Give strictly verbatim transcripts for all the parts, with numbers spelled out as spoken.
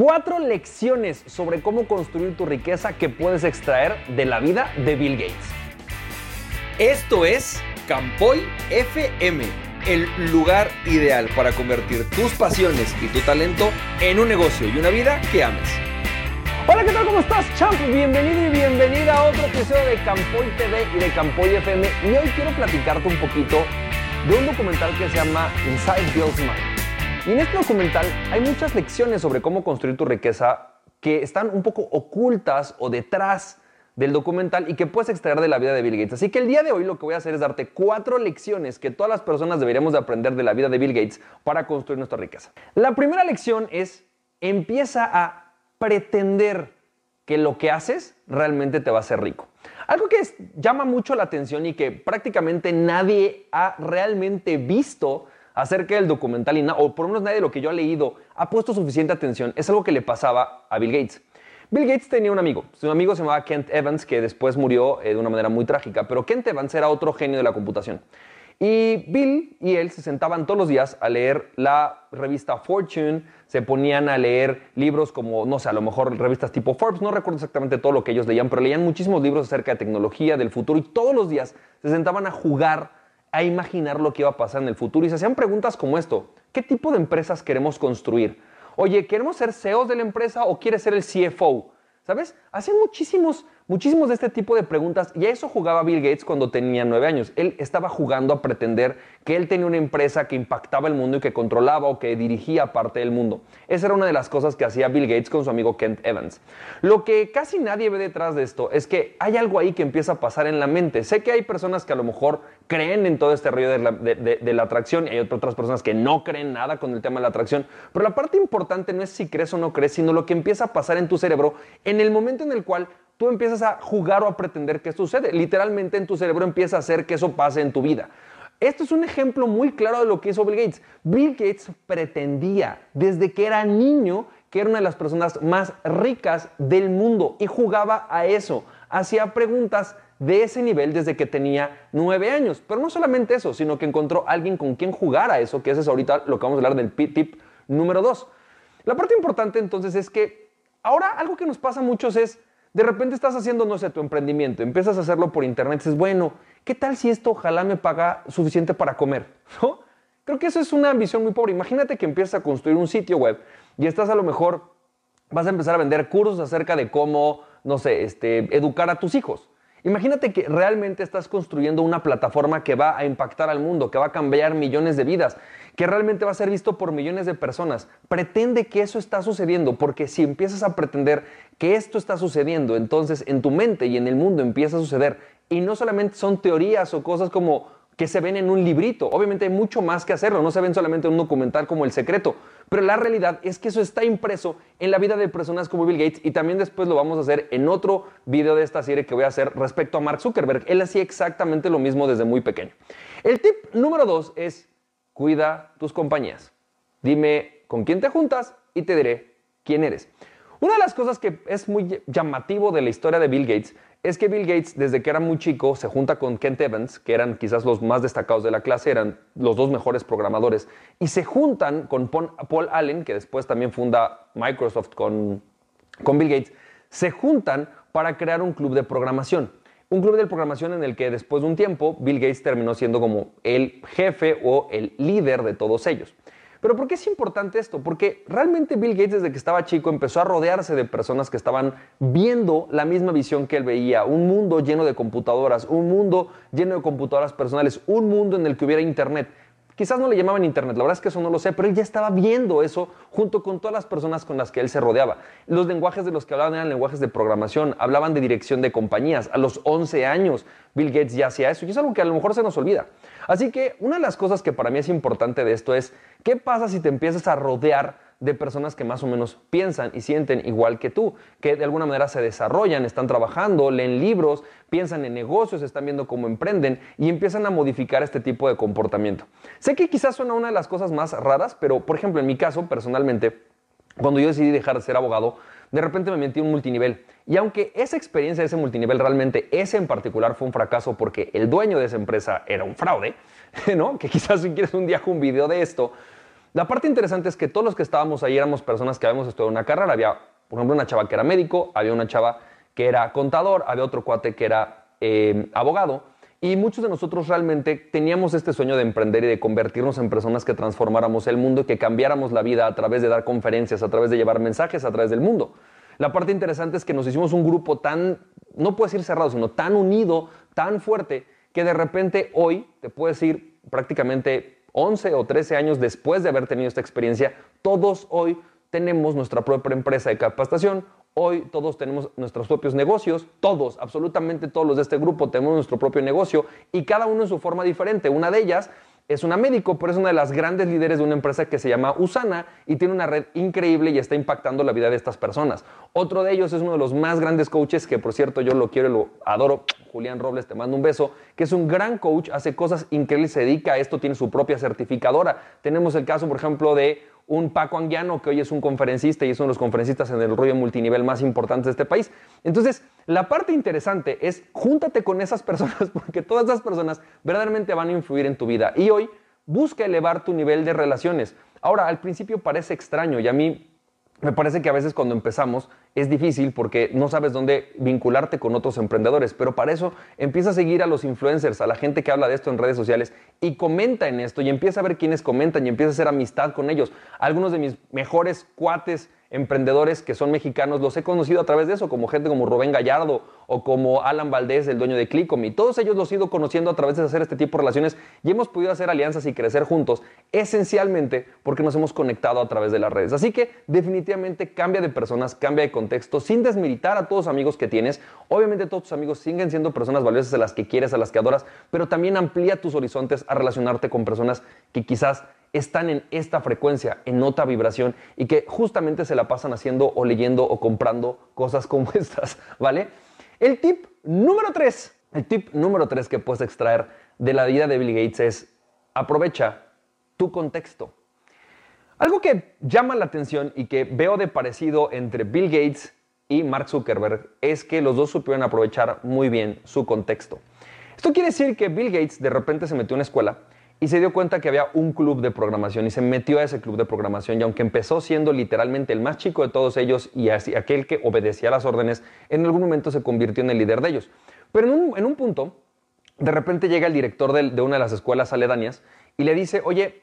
Cuatro lecciones sobre cómo construir tu riqueza que puedes extraer de la vida de Bill Gates. Esto es Campoy F M, el lugar ideal para convertir tus pasiones y tu talento en un negocio y una vida que ames. Hola, ¿qué tal? ¿Cómo estás, champ? Bienvenido y bienvenida a otro episodio de Campoy T V y de Campoy F M. Y hoy quiero platicarte un poquito de un documental que se llama Inside Bill's Mind. Y en este documental hay muchas lecciones sobre cómo construir tu riqueza que están un poco ocultas o detrás del documental y que puedes extraer de la vida de Bill Gates. Así que el día de hoy lo que voy a hacer es darte cuatro lecciones que todas las personas deberíamos de aprender de la vida de Bill Gates para construir nuestra riqueza. La primera lección es: empieza a pretender que lo que haces realmente te va a hacer rico. Algo que es, llama mucho la atención y que prácticamente nadie ha realmente visto acerca del documental, y na- o por lo menos nadie de lo que yo he leído ha puesto suficiente atención, es algo que le pasaba a Bill Gates. Bill Gates tenía un amigo, su amigo se llamaba Kent Evans, que después murió eh, de una manera muy trágica, pero Kent Evans era otro genio de la computación. Y Bill y él se sentaban todos los días a leer la revista Fortune, se ponían a leer libros como, no sé, a lo mejor revistas tipo Forbes, no recuerdo exactamente todo lo que ellos leían, pero leían muchísimos libros acerca de tecnología, del futuro, y todos los días se sentaban a jugar, a imaginar lo que iba a pasar en el futuro, y se hacían preguntas como esto: ¿qué tipo de empresas queremos construir? Oye, ¿queremos ser C E Os de la empresa o quieres ser el C F O? ¿Sabes? Hacían muchísimos, muchísimos de este tipo de preguntas, y a eso jugaba Bill Gates cuando tenía nueve años. Él estaba jugando a pretender que él tenía una empresa que impactaba el mundo y que controlaba o que dirigía parte del mundo. Esa era una de las cosas que hacía Bill Gates con su amigo Kent Evans. Lo que casi nadie ve detrás de esto es que hay algo ahí que empieza a pasar en la mente. Sé que hay personas que a lo mejor creen en todo este rollo de la, de, de, de la atracción, y hay otras personas que no creen nada con el tema de la atracción, pero la parte importante no es si crees o no crees, sino lo que empieza a pasar en tu cerebro en el momento en el cual tú empiezas a jugar o a pretender que esto sucede. Literalmente en tu cerebro empieza a hacer que eso pase en tu vida. Esto es un ejemplo muy claro de lo que hizo Bill Gates. Bill Gates pretendía desde que era niño que era una de las personas más ricas del mundo y jugaba a eso. Hacía preguntas de ese nivel desde que tenía nueve años. Pero no solamente eso, sino que encontró a alguien con quien jugar a eso, que ese es ahorita lo que vamos a hablar del tip número dos. La parte importante entonces es que ahora algo que nos pasa a muchos es, de repente estás haciendo, no sé, tu emprendimiento, empiezas a hacerlo por internet, dices, bueno, ¿qué tal si esto ojalá me paga suficiente para comer? ¿No? Creo que eso es una visión muy pobre. Imagínate que empiezas a construir un sitio web y estás a lo mejor, vas a empezar a vender cursos acerca de cómo, no sé, este, educar a tus hijos. Imagínate que realmente estás construyendo una plataforma que va a impactar al mundo, que va a cambiar millones de vidas, que realmente va a ser visto por millones de personas. Pretende que eso está sucediendo, porque si empiezas a pretender que esto está sucediendo, entonces en tu mente y en el mundo empieza a suceder. Y no solamente son teorías o cosas como que se ven en un librito. Obviamente hay mucho más que hacerlo, no se ven solamente en un documental como El Secreto, pero la realidad es que eso está impreso en la vida de personas como Bill Gates, y también después lo vamos a hacer en otro video de esta serie que voy a hacer respecto a Mark Zuckerberg. Él hacía exactamente lo mismo desde muy pequeño. El tip número dos es: cuida tus compañías. Dime con quién te juntas y te diré quién eres. Una de las cosas que es muy llamativo de la historia de Bill Gates es que Bill Gates, desde que era muy chico, se junta con Kent Evans, que eran quizás los más destacados de la clase, eran los dos mejores programadores, y se juntan con Paul Allen, que después también funda Microsoft con, con Bill Gates, se juntan para crear un club de programación. Un club de programación en el que después de un tiempo Bill Gates terminó siendo como el jefe o el líder de todos ellos. ¿Pero por qué es importante esto? Porque realmente Bill Gates, desde que estaba chico, empezó a rodearse de personas que estaban viendo la misma visión que él veía. Un mundo lleno de computadoras, un mundo lleno de computadoras personales, un mundo en el que hubiera internet. Quizás no le llamaban internet, la verdad es que eso no lo sé, pero él ya estaba viendo eso junto con todas las personas con las que él se rodeaba. Los lenguajes de los que hablaban eran lenguajes de programación, hablaban de dirección de compañías. A los once años Bill Gates ya hacía eso, y es algo que a lo mejor se nos olvida. Así que una de las cosas que para mí es importante de esto es: ¿qué pasa si te empiezas a rodear de personas que más o menos piensan y sienten igual que tú, que de alguna manera se desarrollan, están trabajando, leen libros, piensan en negocios, están viendo cómo emprenden y empiezan a modificar este tipo de comportamiento? Sé que quizás suena una de las cosas más raras, pero por ejemplo en mi caso, personalmente, cuando yo decidí dejar de ser abogado, de repente me metí en un multinivel. Y aunque esa experiencia de ese multinivel, realmente ese en particular fue un fracaso porque el dueño de esa empresa era un fraude, ¿no? Que quizás si quieres un día hago un video de esto. La parte interesante es que todos los que estábamos ahí éramos personas que habíamos estudiado una carrera. Había, por ejemplo, una chava que era médico, había una chava que era contador, había otro cuate que era eh, abogado. Y muchos de nosotros realmente teníamos este sueño de emprender y de convertirnos en personas que transformáramos el mundo y que cambiáramos la vida a través de dar conferencias, a través de llevar mensajes a través del mundo. La parte interesante es que nos hicimos un grupo tan, no puedo decir cerrado, sino tan unido, tan fuerte, que de repente hoy, te puedo decir prácticamente once o trece años después de haber tenido esta experiencia, todos hoy tenemos nuestra propia empresa de capacitación, hoy todos tenemos nuestros propios negocios, todos, absolutamente todos los de este grupo tenemos nuestro propio negocio y cada uno en su forma diferente. Una de ellas es una médico, pero es una de las grandes líderes de una empresa que se llama Usana y tiene una red increíble y está impactando la vida de estas personas. Otro de ellos es uno de los más grandes coaches, que por cierto yo lo quiero y lo adoro, Julián Robles, te mando un beso, que es un gran coach, hace cosas increíbles, se dedica a esto, tiene su propia certificadora. Tenemos el caso, por ejemplo, de un Paco Anguiano, que hoy es un conferencista y es uno de los conferencistas en el rollo multinivel más importantes de este país. Entonces, la parte interesante es júntate con esas personas porque todas esas personas verdaderamente van a influir en tu vida. Y hoy busca elevar tu nivel de relaciones. Ahora, al principio parece extraño y a mí me parece que a veces cuando empezamos es difícil porque no sabes dónde vincularte con otros emprendedores, pero para eso empieza a seguir a los influencers, a la gente que habla de esto en redes sociales y comenta en esto y empieza a ver quiénes comentan y empieza a hacer amistad con ellos. Algunos de mis mejores cuates emprendedores que son mexicanos los he conocido a través de eso, como gente como Rubén Gallardo o como Alan Valdés, el dueño de Clicom, y todos ellos los he ido conociendo a través de hacer este tipo de relaciones y hemos podido hacer alianzas y crecer juntos, esencialmente porque nos hemos conectado a través de las redes. Así que definitivamente cambia de personas, cambia de contexto, sin desmilitar a todos los amigos que tienes. Obviamente todos tus amigos siguen siendo personas valiosas, a las que quieres, a las que adoras, pero también amplía tus horizontes a relacionarte con personas que quizás están en esta frecuencia, en otra vibración y que justamente se la pasan haciendo o leyendo o comprando cosas como estas, ¿vale? El tip número tres, el tip número tres que puedes extraer de la vida de Bill Gates es aprovecha tu contexto. Algo que llama la atención y que veo de parecido entre Bill Gates y Mark Zuckerberg es que los dos supieron aprovechar muy bien su contexto. Esto quiere decir que Bill Gates de repente se metió en una escuela y se dio cuenta que había un club de programación y se metió a ese club de programación y aunque empezó siendo literalmente el más chico de todos ellos y así, aquel que obedecía las órdenes, en algún momento se convirtió en el líder de ellos. Pero en un, en un punto, de repente llega el director de, de una de las escuelas aledañas y le dice, oye,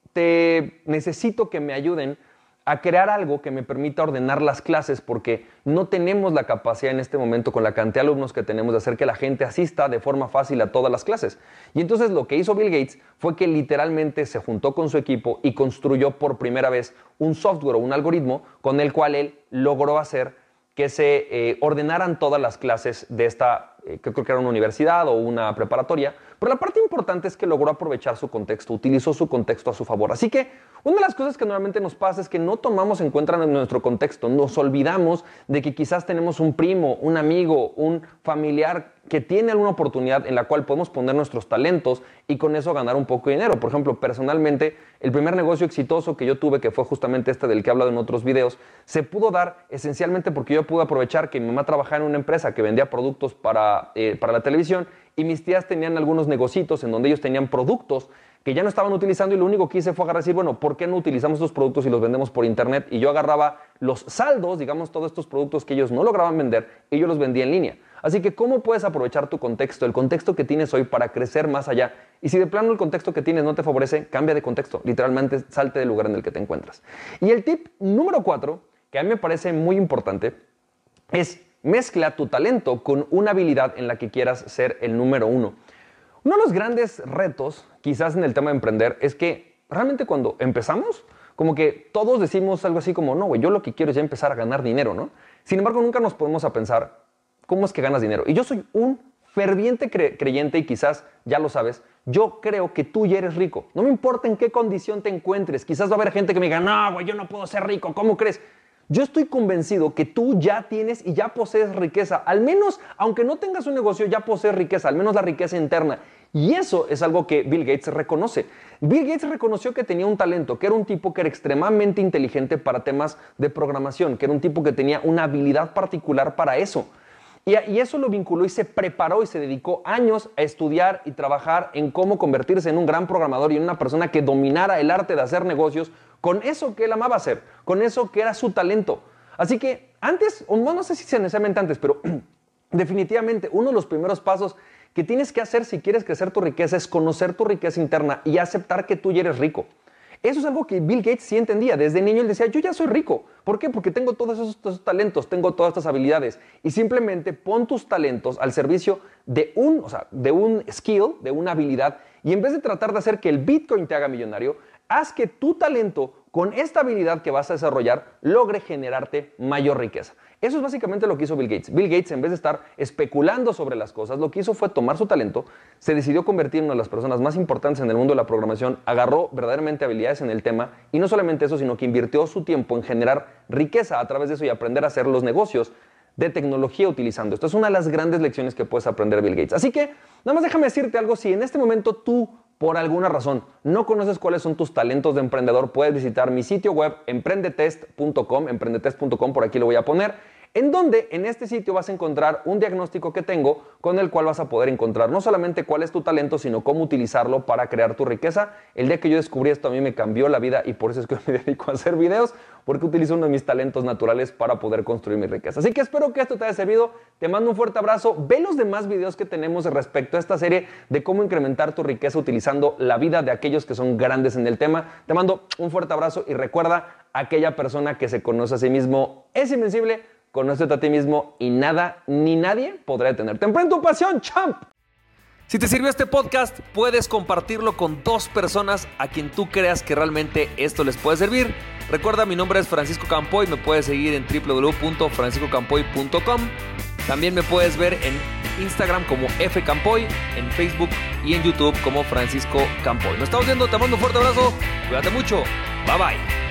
te necesito que me ayuden a crear algo que me permita ordenar las clases porque no tenemos la capacidad en este momento con la cantidad de alumnos que tenemos de hacer que la gente asista de forma fácil a todas las clases. Y entonces lo que hizo Bill Gates fue que literalmente se juntó con su equipo y construyó por primera vez un software o un algoritmo con el cual él logró hacer que se eh, ordenaran todas las clases de esta, eh, que creo que era una universidad o una preparatoria. Pero la parte importante es que logró aprovechar su contexto, utilizó su contexto a su favor. Así que una de las cosas que normalmente nos pasa es que no tomamos en cuenta nuestro contexto, nos olvidamos de que quizás tenemos un primo, un amigo, un familiar que tiene alguna oportunidad en la cual podemos poner nuestros talentos y con eso ganar un poco de dinero. Por ejemplo, personalmente, el primer negocio exitoso que yo tuve, que fue justamente este del que he hablado en otros videos, se pudo dar esencialmente porque yo pude aprovechar que mi mamá trabajaba en una empresa que vendía productos para, eh, para la televisión y mis tías tenían algunos negocitos en donde ellos tenían productos que ya no estaban utilizando y lo único que hice fue agarrar y decir, bueno, ¿por qué no utilizamos estos productos y los vendemos por internet? Y yo agarraba los saldos, digamos, todos estos productos que ellos no lograban vender y yo los vendía en línea. Así que, ¿cómo puedes aprovechar tu contexto, el contexto que tienes hoy para crecer más allá? Y si de plano el contexto que tienes no te favorece, cambia de contexto. Literalmente, salte del lugar en el que te encuentras. Y el tip número cuatro, que a mí me parece muy importante, es mezcla tu talento con una habilidad en la que quieras ser el número uno. Uno de los grandes retos, quizás en el tema de emprender, es que realmente cuando empezamos, como que todos decimos algo así como, no, güey, yo lo que quiero es ya empezar a ganar dinero, ¿no? Sin embargo, nunca nos podemos a pensar, ¿cómo es que ganas dinero? Y yo soy un ferviente cre- creyente y quizás ya lo sabes, yo creo que tú ya eres rico. No me importa en qué condición te encuentres. Quizás va a haber gente que me diga, no, güey, yo no puedo ser rico, ¿cómo crees? Yo estoy convencido que tú ya tienes y ya posees riqueza. Al menos, aunque no tengas un negocio, ya posees riqueza, al menos la riqueza interna. Y eso es algo que Bill Gates reconoce. Bill Gates reconoció que tenía un talento, que era un tipo que era extremadamente inteligente para temas de programación, que era un tipo que tenía una habilidad particular para eso. Y, y eso lo vinculó y se preparó y se dedicó años a estudiar y trabajar en cómo convertirse en un gran programador y en una persona que dominara el arte de hacer negocios con eso que él amaba hacer, con eso que era su talento. Así que antes, o no, no sé si sea necesariamente antes, pero definitivamente uno de los primeros pasos que tienes que hacer si quieres crecer tu riqueza es conocer tu riqueza interna y aceptar que tú ya eres rico. Eso es algo que Bill Gates sí entendía. Desde niño él decía, yo ya soy rico. ¿Por qué? Porque tengo todos esos, esos talentos, tengo todas estas habilidades. Y simplemente pon tus talentos al servicio de un, o sea, de un skill, de una habilidad. Y en vez de tratar de hacer que el Bitcoin te haga millonario, haz que tu talento, con esta habilidad que vas a desarrollar, logre generarte mayor riqueza. Eso es básicamente lo que hizo Bill Gates. Bill Gates, en vez de estar especulando sobre las cosas, lo que hizo fue tomar su talento, se decidió convertir en una de las personas más importantes en el mundo de la programación, agarró verdaderamente habilidades en el tema y no solamente eso, sino que invirtió su tiempo en generar riqueza a través de eso y aprender a hacer los negocios de tecnología utilizando esto. Es una de las grandes lecciones que puedes aprender de Bill Gates. Así que, nada más déjame decirte algo. Si en este momento tú, por alguna razón, no conoces cuáles son tus talentos de emprendedor, puedes visitar mi sitio web emprendetest punto com, emprendetest punto com, por aquí lo voy a poner, en donde en este sitio vas a encontrar un diagnóstico que tengo con el cual vas a poder encontrar no solamente cuál es tu talento, sino cómo utilizarlo para crear tu riqueza. El día que yo descubrí esto a mí me cambió la vida y por eso es que me dedico a hacer videos, porque utilizo uno de mis talentos naturales para poder construir mi riqueza. Así que espero que esto te haya servido. Te mando un fuerte abrazo. Ve los demás videos que tenemos respecto a esta serie de cómo incrementar tu riqueza utilizando la vida de aquellos que son grandes en el tema. Te mando un fuerte abrazo y recuerda, aquella persona que se conoce a sí mismo es invencible. Conócete a ti mismo y nada ni nadie podrá detenerte. ¡Emprende tu pasión, champ! Si te sirvió este podcast, puedes compartirlo con dos personas a quien tú creas que realmente esto les puede servir. Recuerda, mi nombre es Francisco Campoy, me puedes seguir en w w w punto francisco campoy punto com. También me puedes ver en Instagram como F Campoy, en Facebook y en YouTube como Francisco Campoy. Nos estamos viendo, te mando un fuerte abrazo, cuídate mucho, bye bye.